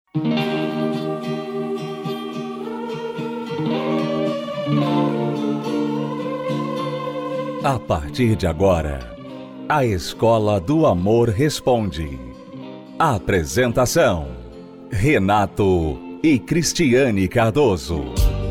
A partir de agora, a Escola do Amor Responde. Apresentação: Renato e Cristiane Cardoso.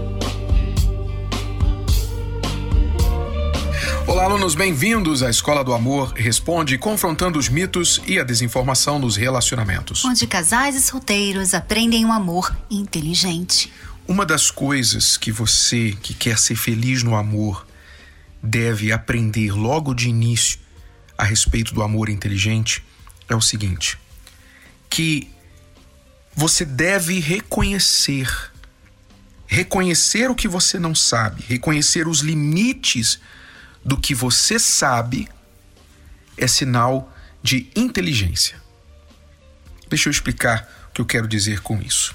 Olá, alunos, bem-vindos à Escola do Amor Responde, confrontando os mitos e a desinformação nos relacionamentos. Onde casais e solteiros aprendem um amor inteligente. Uma das coisas que você, que quer ser feliz no amor, deve aprender logo de início a respeito do amor inteligente é o seguinte: que você deve reconhecer o que você não sabe, reconhecer os limites do que você sabe é sinal de inteligência. Deixa eu explicar o que eu quero dizer com isso.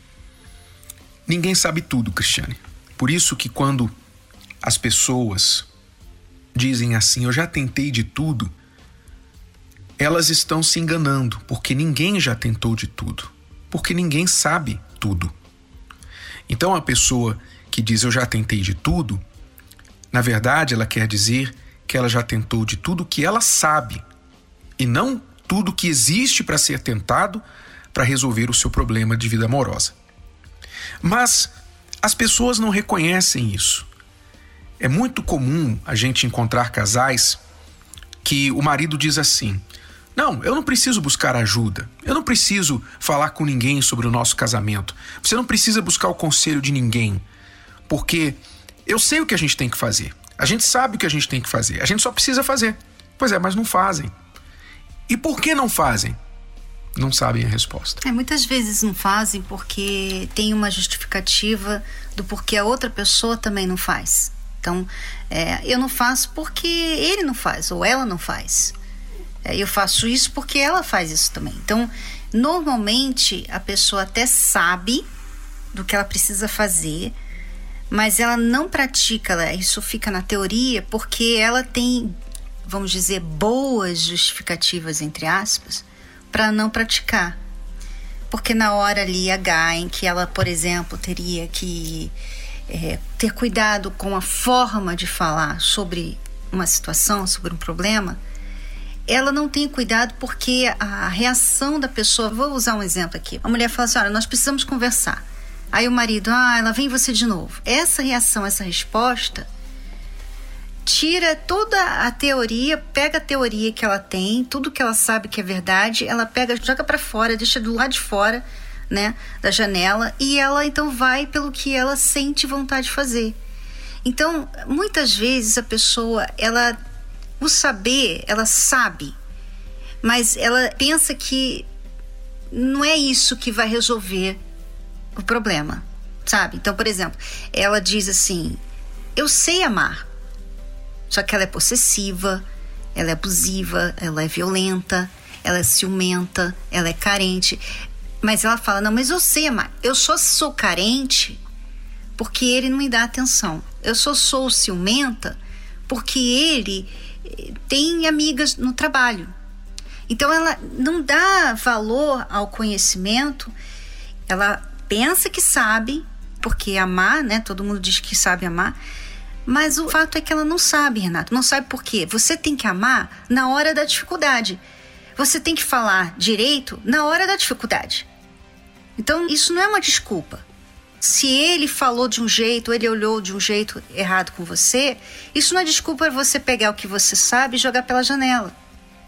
Ninguém sabe tudo, Cristiane. Por isso que quando as pessoas dizem assim, eu já tentei de tudo, elas estão se enganando, porque ninguém já tentou de tudo, porque ninguém sabe tudo. Então a pessoa que diz eu já tentei de tudo, na verdade ela quer dizer que ela já tentou de tudo que ela sabe, e não tudo que existe para ser tentado para resolver o seu problema de vida amorosa. Mas as pessoas não reconhecem isso. É muito comum a gente encontrar casais que o marido diz assim: não, eu não preciso buscar ajuda, eu não preciso falar com ninguém sobre o nosso casamento, você não precisa buscar o conselho de ninguém, porque eu sei o que a gente tem que fazer, a gente sabe o que a gente tem que fazer, a gente só precisa fazer. Pois é, mas não fazem. E por que não fazem? Não sabem a resposta. Muitas vezes não fazem porque tem uma justificativa do porquê a outra pessoa também não faz. Então, eu não faço porque ele não faz, ou ela não faz. Eu faço isso porque ela faz isso também. Então, normalmente, a pessoa até sabe do que ela precisa fazer, mas ela não pratica, isso fica na teoria, porque ela tem, vamos dizer, boas justificativas, entre aspas, para não praticar. Porque na hora ali H em que ela, por exemplo, teria que ter cuidado com a forma de falar sobre uma situação, sobre um problema, ela não tem cuidado porque a reação da pessoa... Vou usar um exemplo aqui. A mulher fala assim, olha, nós precisamos conversar. Aí o marido, ela vem você de novo. Essa reação, essa resposta, tira toda a teoria, pega a teoria que ela tem, tudo que ela sabe que é verdade, ela pega, joga para fora, deixa do lado de fora, né, da janela, e ela então vai pelo que ela sente vontade de fazer. Então, muitas vezes a pessoa, o saber, ela sabe, mas ela pensa que não é isso que vai resolver o problema, sabe? Então, por exemplo, ela diz assim, eu sei amar, só que ela é possessiva, ela é abusiva, ela é violenta, ela é ciumenta, ela é carente. Mas ela fala, não, mas eu sei amar, eu só sou carente porque ele não me dá atenção. Eu só sou ciumenta porque ele tem amigas no trabalho. Então ela não dá valor ao conhecimento, ela pensa que sabe, porque amar, né? Todo mundo diz que sabe amar, mas o fato é que ela não sabe, Renato. Não sabe por quê? Você tem que amar na hora da dificuldade. Você tem que falar direito na hora da dificuldade. Então, isso não é uma desculpa. Se ele falou de um jeito, ele olhou de um jeito errado com você, isso não é desculpa para você pegar o que você sabe e jogar pela janela.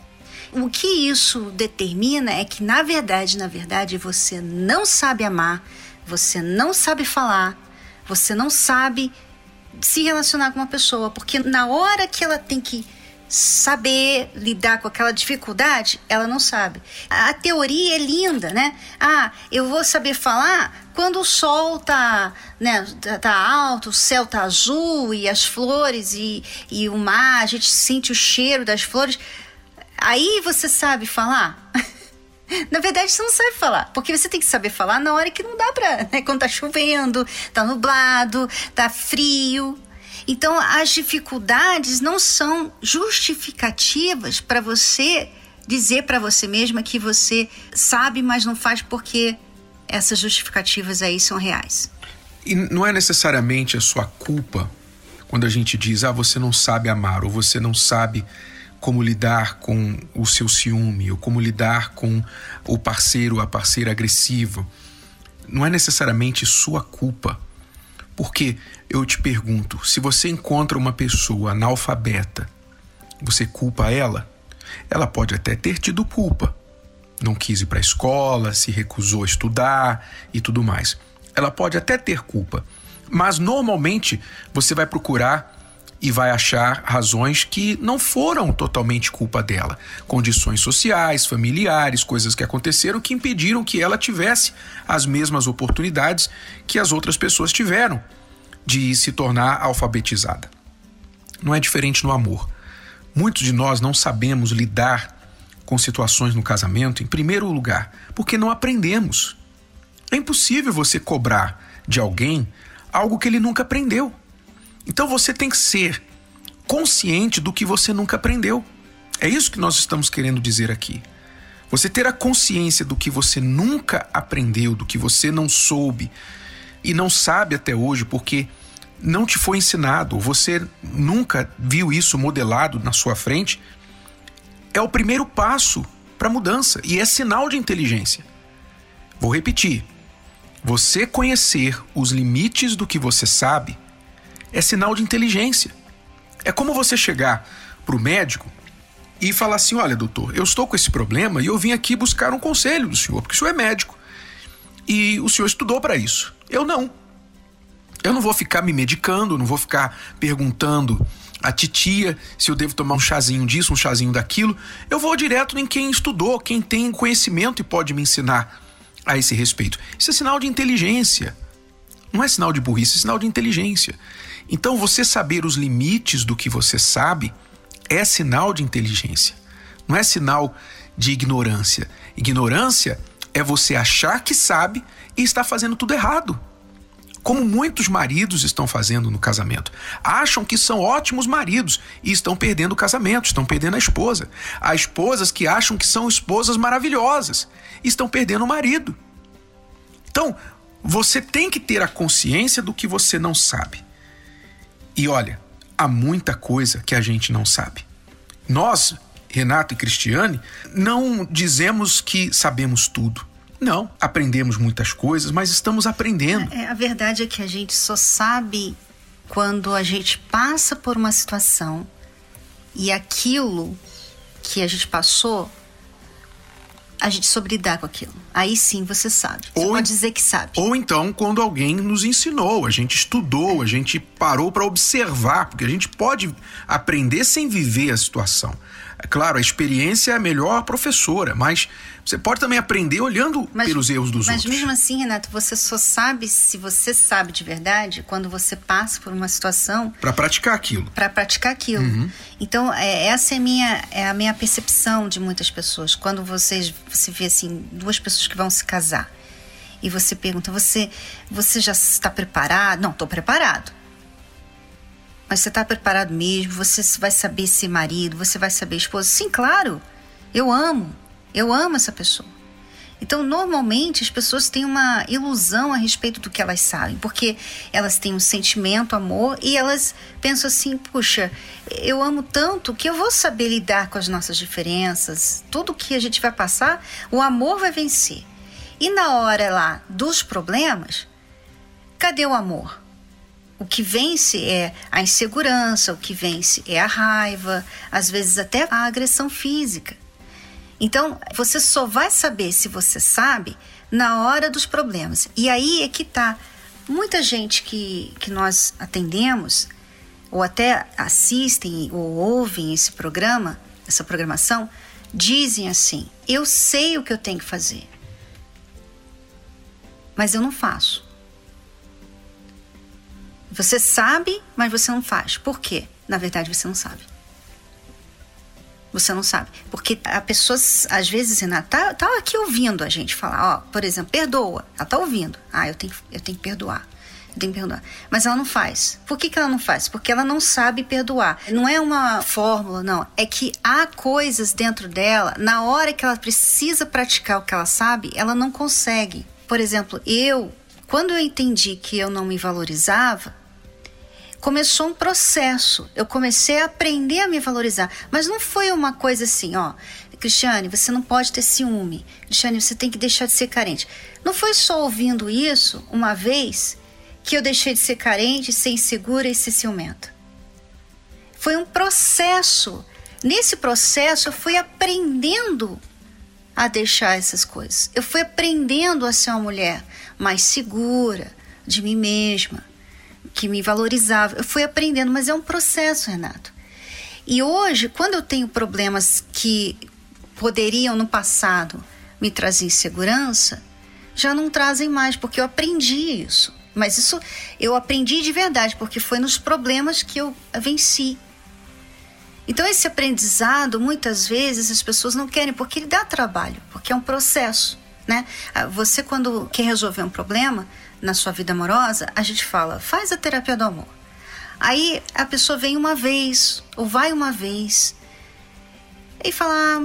O que isso determina é que, na verdade, você não sabe amar, você não sabe falar, você não sabe se relacionar com uma pessoa, porque na hora que ela tem que saber lidar com aquela dificuldade, ela não sabe. A teoria é linda, né? Eu vou saber falar quando o sol tá alto, o céu tá azul e as flores e o mar, a gente sente o cheiro das flores. Aí você sabe falar? Na verdade, você não sabe falar, porque você tem que saber falar na hora que não dá pra, né? Quando tá chovendo, tá nublado, tá frio. Então, as dificuldades não são justificativas para você dizer para você mesma que você sabe, mas não faz porque essas justificativas aí são reais. E não é necessariamente a sua culpa quando a gente diz, você não sabe amar, ou você não sabe como lidar com o seu ciúme, ou como lidar com o parceiro ou a parceira agressiva. Não é necessariamente sua culpa. Porque eu te pergunto, se você encontra uma pessoa analfabeta, você culpa ela? Ela pode até ter tido culpa. Não quis ir para a escola, se recusou a estudar e tudo mais. Ela pode até ter culpa. Mas normalmente você vai procurar e vai achar razões que não foram totalmente culpa dela. Condições sociais, familiares, coisas que aconteceram que impediram que ela tivesse as mesmas oportunidades que as outras pessoas tiveram de se tornar alfabetizada. Não é diferente no amor. Muitos de nós não sabemos lidar com situações no casamento, em primeiro lugar, porque não aprendemos. É impossível você cobrar de alguém algo que ele nunca aprendeu. Então você tem que ser consciente do que você nunca aprendeu. É isso que nós estamos querendo dizer aqui. Você ter a consciência do que você nunca aprendeu, do que você não soube e não sabe até hoje porque não te foi ensinado, você nunca viu isso modelado na sua frente, é o primeiro passo para a mudança e é sinal de inteligência. Vou repetir. Você conhecer os limites do que você sabe é sinal de inteligência. É como você chegar para o médico e falar assim, olha doutor, eu estou com esse problema e eu vim aqui buscar um conselho do senhor, porque o senhor é médico e o senhor estudou para isso. Eu não. Eu não vou ficar me medicando, não vou ficar perguntando a titia se eu devo tomar um chazinho disso, um chazinho daquilo. Eu vou direto em quem estudou, quem tem conhecimento e pode me ensinar a esse respeito. Isso é sinal de inteligência. Não é sinal de burrice, é sinal de inteligência. Então você saber os limites do que você sabe é sinal de inteligência. Não é sinal de ignorância. Ignorância é você achar que sabe e está fazendo tudo errado. Como muitos maridos estão fazendo no casamento. Acham que são ótimos maridos e estão perdendo o casamento, estão perdendo a esposa. Há esposas que acham que são esposas maravilhosas e estão perdendo o marido. Então, você tem que ter a consciência do que você não sabe. E olha, há muita coisa que a gente não sabe. Nós, Renato e Cristiane, não dizemos que sabemos tudo. Não, aprendemos muitas coisas, mas estamos aprendendo. A verdade é que a gente só sabe quando a gente passa por uma situação e aquilo que a gente passou, a gente soube lidar com aquilo. Aí sim você sabe. Você pode dizer que sabe. Ou então quando alguém nos ensinou, a gente estudou, a gente parou para observar, porque a gente pode aprender sem viver a situação. É claro, a experiência é a melhor professora, mas você pode também aprender olhando pelos erros dos outros. Mas mesmo assim, Renato, você só sabe se você sabe de verdade quando você passa por uma situação... Para praticar aquilo. Para praticar aquilo. Uhum. Então, essa é a minha percepção de muitas pessoas. Quando você vê assim, duas pessoas que vão se casar e você pergunta, você já está preparado? Não, estou preparado. Mas você está preparado mesmo? Você vai saber ser marido? Você vai saber esposa? Sim, claro. Eu amo essa pessoa. Então, normalmente, as pessoas têm uma ilusão a respeito do que elas sabem. Porque elas têm um sentimento, amor, e elas pensam assim, puxa, eu amo tanto que eu vou saber lidar com as nossas diferenças. Tudo que a gente vai passar, o amor vai vencer. E na hora lá dos problemas, cadê o amor? O que vence é a insegurança, o que vence é a raiva, às vezes até a agressão física. Então, você só vai saber se você sabe na hora dos problemas. E aí é que está. Muita gente que nós atendemos, ou até assistem ou ouvem esse programa, essa programação, dizem assim, eu sei o que eu tenho que fazer, mas eu não faço. Você sabe, mas você não faz. Por quê? Na verdade, você não sabe. Você não sabe. Porque a pessoa, às vezes, Renata, tá aqui ouvindo a gente falar, por exemplo, perdoa. Ela tá ouvindo. Eu tenho que perdoar. Eu tenho que perdoar. Mas ela não faz. Por que ela não faz? Porque ela não sabe perdoar. Não é uma fórmula, não. É que há coisas dentro dela, na hora que ela precisa praticar o que ela sabe, ela não consegue. por exemplo, quando eu entendi que eu não me valorizava, começou um processo. Eu comecei a aprender a me valorizar. Mas não foi uma coisa assim, Cristiane, você não pode ter ciúme. Cristiane, você tem que deixar de ser carente. Não foi só ouvindo isso uma vez que eu deixei de ser carente, ser insegura e ser ciumenta. Foi um processo. Nesse processo eu fui aprendendo a deixar essas coisas. Eu fui aprendendo a ser uma mulher mais segura de mim mesma, que me valorizava. Eu fui aprendendo, mas é um processo, Renato. E hoje, quando eu tenho problemas que poderiam no passado me trazer insegurança, já não trazem mais, porque eu aprendi isso. Mas isso eu aprendi de verdade, porque foi nos problemas que eu venci. Então esse aprendizado, muitas vezes as pessoas não querem, porque ele dá trabalho, porque é um processo, né? Você, quando quer resolver um problema na sua vida amorosa, a gente fala, faz a terapia do amor. Aí a pessoa vem uma vez, ou vai uma vez, e fala,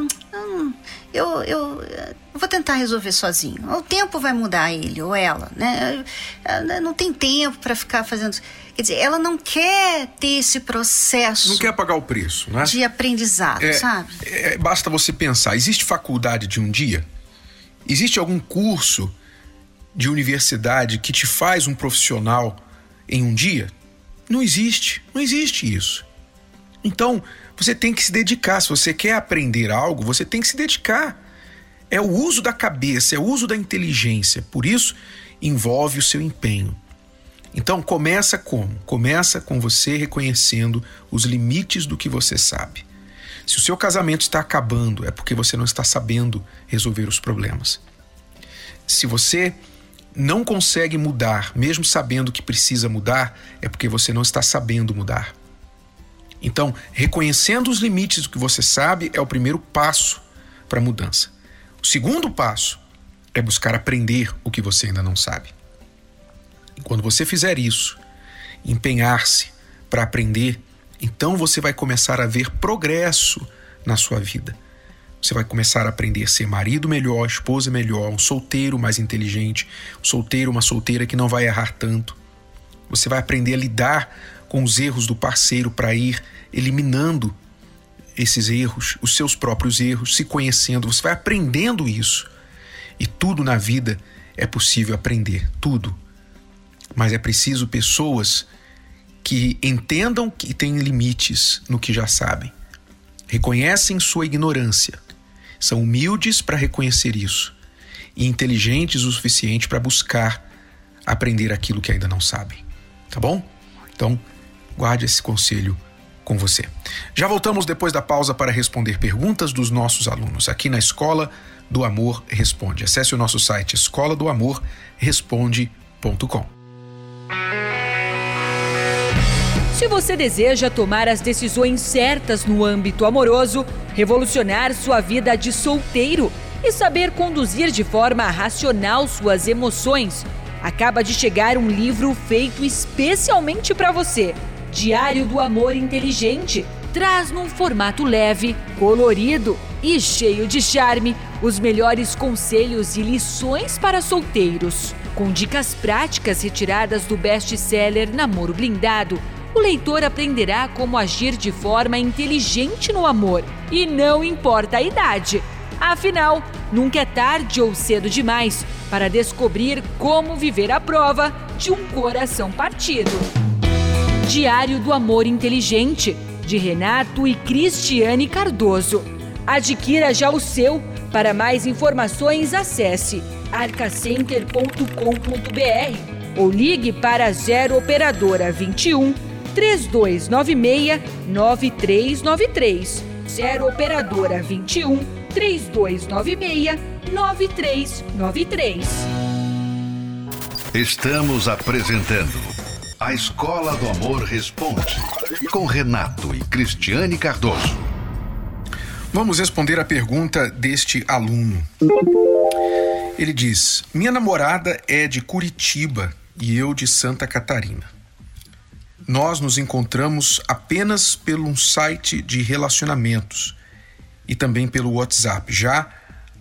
eu vou tentar resolver sozinho. O tempo vai mudar ele ou ela, né? Não tem tempo para ficar fazendo... Quer dizer, ela não quer ter esse processo... Não quer pagar o preço, né? De aprendizado, sabe? Basta você pensar, existe faculdade de um dia? Existe algum curso de universidade que te faz um profissional em um dia? Não existe isso. Então, você tem que se dedicar. Se você quer aprender algo, você tem que se dedicar. É o uso da cabeça, é o uso da inteligência. Por isso, envolve o seu empenho. Então, começa como? Começa com você reconhecendo os limites do que você sabe. Se o seu casamento está acabando, é porque você não está sabendo resolver os problemas. Se você não consegue mudar, mesmo sabendo que precisa mudar, é porque você não está sabendo mudar. Então, reconhecendo os limites do que você sabe é o primeiro passo para a mudança. O segundo passo é buscar aprender o que você ainda não sabe. E quando você fizer isso, empenhar-se para aprender, então você vai começar a ver progresso na sua vida. Você vai começar a aprender a ser marido melhor, esposa melhor, um solteiro mais inteligente, um solteiro, uma solteira que não vai errar tanto. Você vai aprender a lidar com os erros do parceiro para ir eliminando esses erros, os seus próprios erros, se conhecendo. Você vai aprendendo isso. E tudo na vida é possível aprender, tudo. Mas é preciso pessoas que entendam que têm limites no que já sabem. Reconhecem sua ignorância. São humildes para reconhecer isso. E inteligentes o suficiente para buscar aprender aquilo que ainda não sabem. Tá bom? Então, guarde esse conselho com você. Já voltamos depois da pausa para responder perguntas dos nossos alunos aqui na Escola do Amor Responde. Acesse o nosso site escoladoamorresponde.com. Se você deseja tomar as decisões certas no âmbito amoroso, revolucionar sua vida de solteiro e saber conduzir de forma racional suas emoções, acaba de chegar um livro feito especialmente para você. Diário do Amor Inteligente traz num formato leve, colorido e cheio de charme os melhores conselhos e lições para solteiros. Com dicas práticas retiradas do best-seller Namoro Blindado, o leitor aprenderá como agir de forma inteligente no amor. E não importa a idade. Afinal, nunca é tarde ou cedo demais para descobrir como viver à prova de um coração partido. Diário do Amor Inteligente, de Renato e Cristiane Cardoso. Adquira já o seu. Para mais informações, acesse arcacenter.com.br ou ligue para 0 Operadora 21 3296 9393. 0 Operadora 21 3296 9393. Estamos apresentando A Escola do Amor Responde, com Renato e Cristiane Cardoso. Vamos responder a pergunta deste aluno. Ele diz: minha namorada é de Curitiba e eu de Santa Catarina. Nós nos encontramos apenas pelo um site de relacionamentos e também pelo WhatsApp, já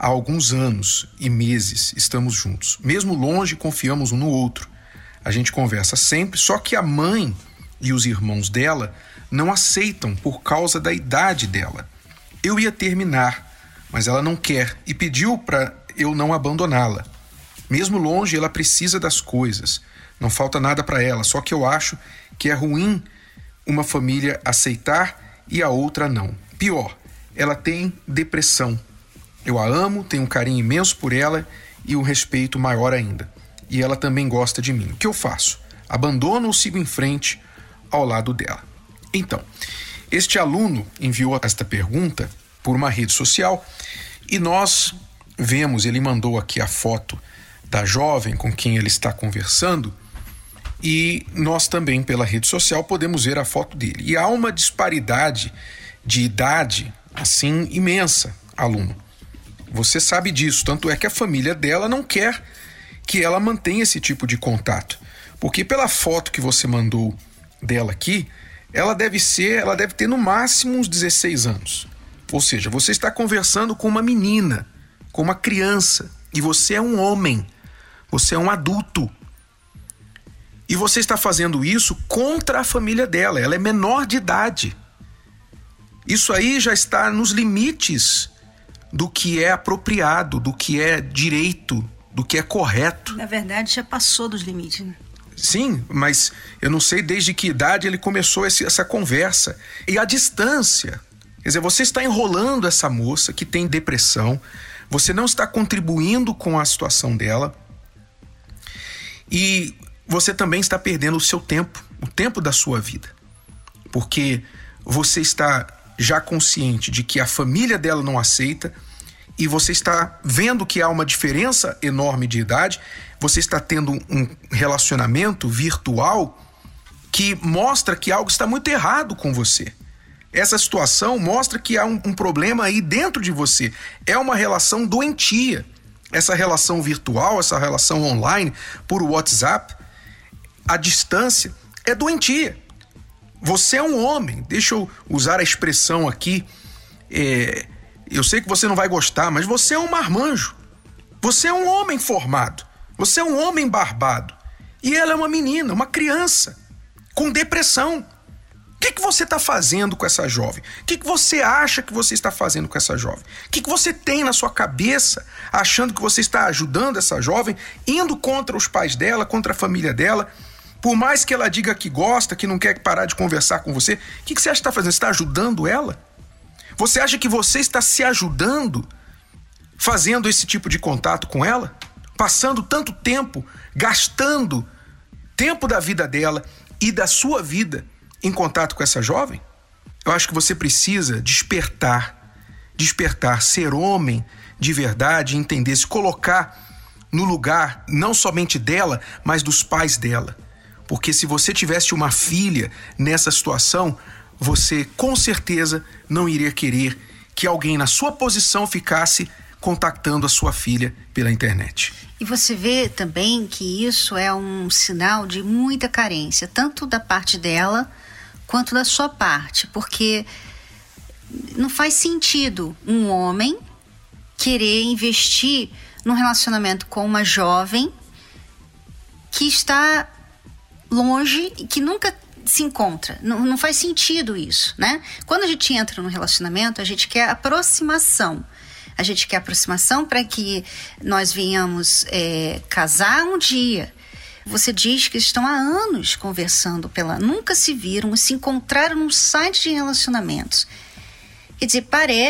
há alguns anos e meses estamos juntos. Mesmo longe, confiamos um no outro. A gente conversa sempre, só que a mãe e os irmãos dela não aceitam por causa da idade dela. Eu ia terminar, mas ela não quer e pediu para eu não abandoná-la. Mesmo longe, ela precisa das coisas. Não falta nada para ela, só que eu acho que é ruim uma família aceitar e a outra não. Pior, ela tem depressão. Eu a amo, tenho um carinho imenso por ela e um respeito maior ainda. E ela também gosta de mim. O que eu faço? Abandono ou sigo em frente ao lado dela? Então, este aluno enviou esta pergunta por uma rede social e nós vemos, ele mandou aqui a foto da jovem com quem ele está conversando e nós também pela rede social podemos ver a foto dele. E há uma disparidade de idade assim imensa, aluno. Você sabe disso, tanto é que a família dela não quer que ela mantenha esse tipo de contato. Porque pela foto que você mandou dela aqui, ela deve ter no máximo uns 16 anos. Ou seja, você está conversando com uma menina, com uma criança, e você é um homem, você é um adulto. E você está fazendo isso contra a família dela, ela é menor de idade. Isso aí já está nos limites do que é apropriado, do que é direito, do que é correto. Na verdade, já passou dos limites, né? Sim, mas eu não sei desde que idade ele começou essa conversa. E a distância, quer dizer, você está enrolando essa moça que tem depressão, você não está contribuindo com a situação dela e você também está perdendo o seu tempo, o tempo da sua vida. Porque você está já consciente de que a família dela não aceita e você está vendo que há uma diferença enorme de idade, você está tendo um relacionamento virtual que mostra que algo está muito errado com você. Essa situação mostra que há um problema aí dentro de você. É uma relação doentia. Essa relação virtual, essa relação online, por WhatsApp, a distância é doentia. Você é um homem, deixa eu usar a expressão aqui, eu sei que você não vai gostar, mas você é um marmanjo. Você é um homem formado. Você é um homem barbado. E ela é uma menina, uma criança, com depressão. O que você está fazendo com essa jovem? O que você acha que você está fazendo com essa jovem? O que você tem na sua cabeça achando que você está ajudando essa jovem, indo contra os pais dela, contra a família dela? Por mais que ela diga que gosta, que não quer parar de conversar com você, o que você acha que está fazendo? Você está ajudando ela? Você acha que você está se ajudando fazendo esse tipo de contato com ela? Passando tanto tempo, gastando tempo da vida dela e da sua vida em contato com essa jovem? Eu acho que você precisa despertar, ser homem de verdade, entender, se colocar no lugar não somente dela, mas dos pais dela. Porque se você tivesse uma filha nessa situação, você com certeza não iria querer que alguém na sua posição ficasse contactando a sua filha pela internet. E você vê também que isso é um sinal de muita carência, tanto da parte dela quanto da sua parte, porque não faz sentido um homem querer investir num relacionamento com uma jovem que está longe e que nunca se encontra. Não faz sentido isso, né? Quando a gente entra num relacionamento, a gente quer aproximação. A gente quer aproximação para que nós venhamos casar um dia. Você diz que estão há anos conversando nunca se viram, se encontraram num site de relacionamentos. Quer dizer,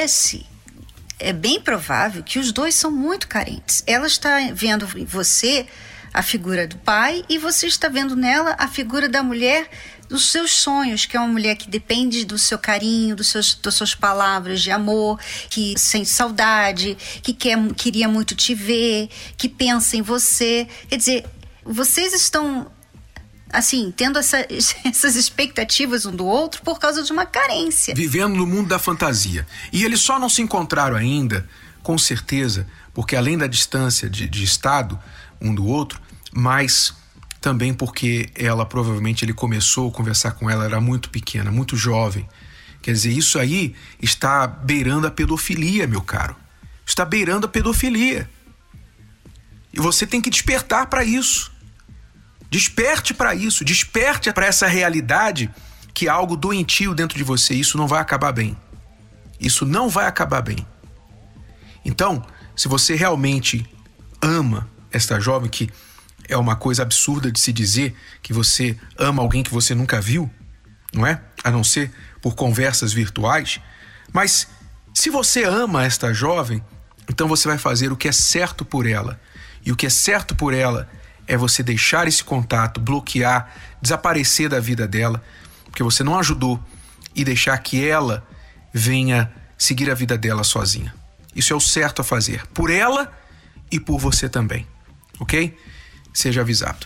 é bem provável que os dois são muito carentes. Ela está vendo em você a figura do pai e você está vendo nela a figura da mulher dos seus sonhos, que é uma mulher que depende do seu carinho, das suas palavras de amor, que sente saudade, que queria muito te ver, que pensa em você. Quer dizer, vocês estão, assim, tendo essas expectativas um do outro por causa de uma carência. Vivendo no mundo da fantasia. E eles só não se encontraram ainda, com certeza, porque além da distância de estado um do outro, mas também porque ele começou a conversar com ela, era muito pequena, muito jovem. Quer dizer, isso aí está beirando a pedofilia, meu caro. está beirando a pedofilia. E você tem que despertar para isso. Desperte para isso, desperte para essa realidade que há algo doentio dentro de você. Isso não vai acabar bem. Isso não vai acabar bem. Então, se você realmente ama esta jovem, que é uma coisa absurda de se dizer que você ama alguém que você nunca viu, não é? A não ser por conversas virtuais. Mas se você ama esta jovem, então você vai fazer o que é certo por ela. E o que é certo por ela é você deixar esse contato, bloquear, desaparecer da vida dela, porque você não ajudou, e deixar que ela venha seguir a vida dela sozinha. Isso é o certo a fazer, por ela e por você também, ok? Seja avisado.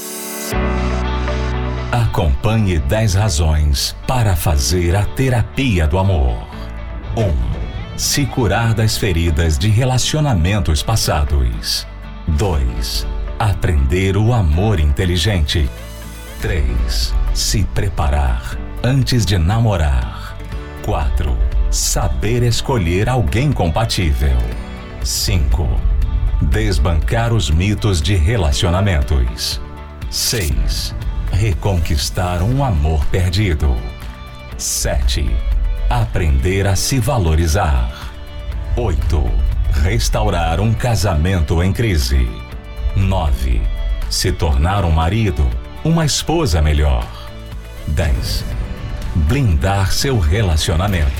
Acompanhe 10 razões para fazer a terapia do amor. 1. Se curar das feridas de relacionamentos passados. 2. Aprender o amor inteligente. 3. Se preparar antes de namorar. 4. Saber escolher alguém compatível. 5. Desbancar os mitos de relacionamentos. 6. Reconquistar um amor perdido. 7. Aprender a se valorizar. 8. Restaurar um casamento em crise. 9. Se tornar um marido, uma esposa melhor. 10. Blindar seu relacionamento.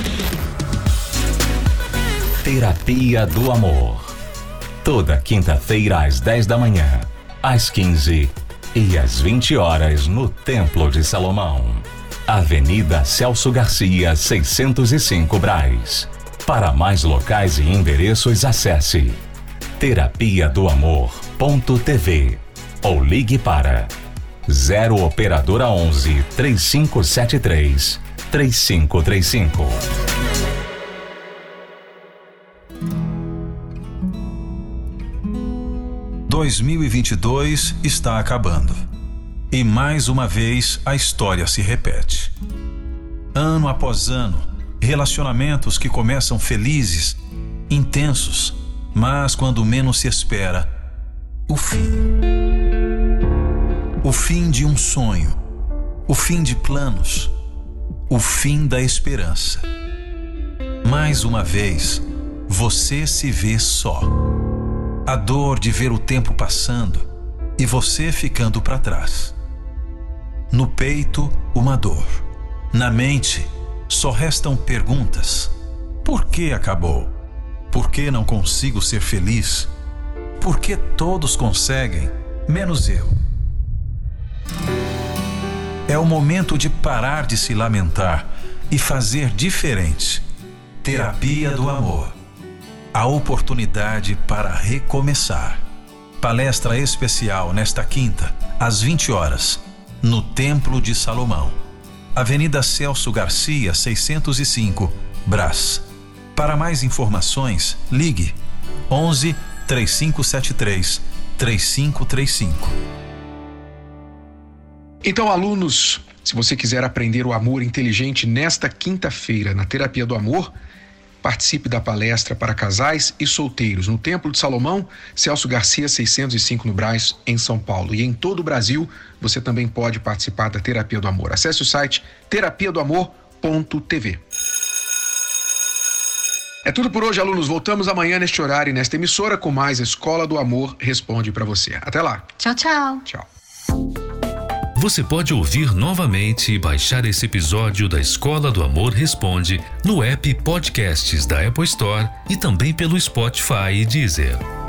Terapia do Amor. Toda quinta-feira às 10 da manhã, às 15 e às 20 horas no Templo de Salomão. Avenida Celso Garcia, 605 Brás. Para mais locais e endereços, acesse terapiadoamor.tv ou ligue para 0 Operadora 11 3573 3535. – 2022 está acabando. E mais uma vez a história se repete. Ano após ano, relacionamentos que começam felizes, intensos, mas quando menos se espera, o fim. O fim de um sonho, o fim de planos, o fim da esperança. Mais uma vez, você se vê só. A dor de ver o tempo passando e você ficando para trás. No peito, uma dor. Na mente, só restam perguntas. Por que acabou? Por que não consigo ser feliz? Por que todos conseguem, menos eu? É o momento de parar de se lamentar e fazer diferente. Terapia do Amor. A oportunidade para recomeçar. Palestra especial nesta quinta, às 20 horas, no Templo de Salomão. Avenida Celso Garcia, 605, Brás. Para mais informações, ligue 11 3573 3535. Então, alunos, se você quiser aprender o amor inteligente nesta quinta-feira na Terapia do Amor, participe da palestra para casais e solteiros no Templo de Salomão, Celso Garcia 605 no Brás, em São Paulo. E em todo o Brasil, você também pode participar da Terapia do Amor. Acesse o site terapiadoamor.tv. É tudo por hoje, alunos. Voltamos amanhã neste horário e nesta emissora com mais Escola do Amor Responde para você. Até lá. Tchau, tchau. Tchau. Você pode ouvir novamente e baixar esse episódio da Escola do Amor Responde no app Podcasts da Apple Store e também pelo Spotify e Deezer.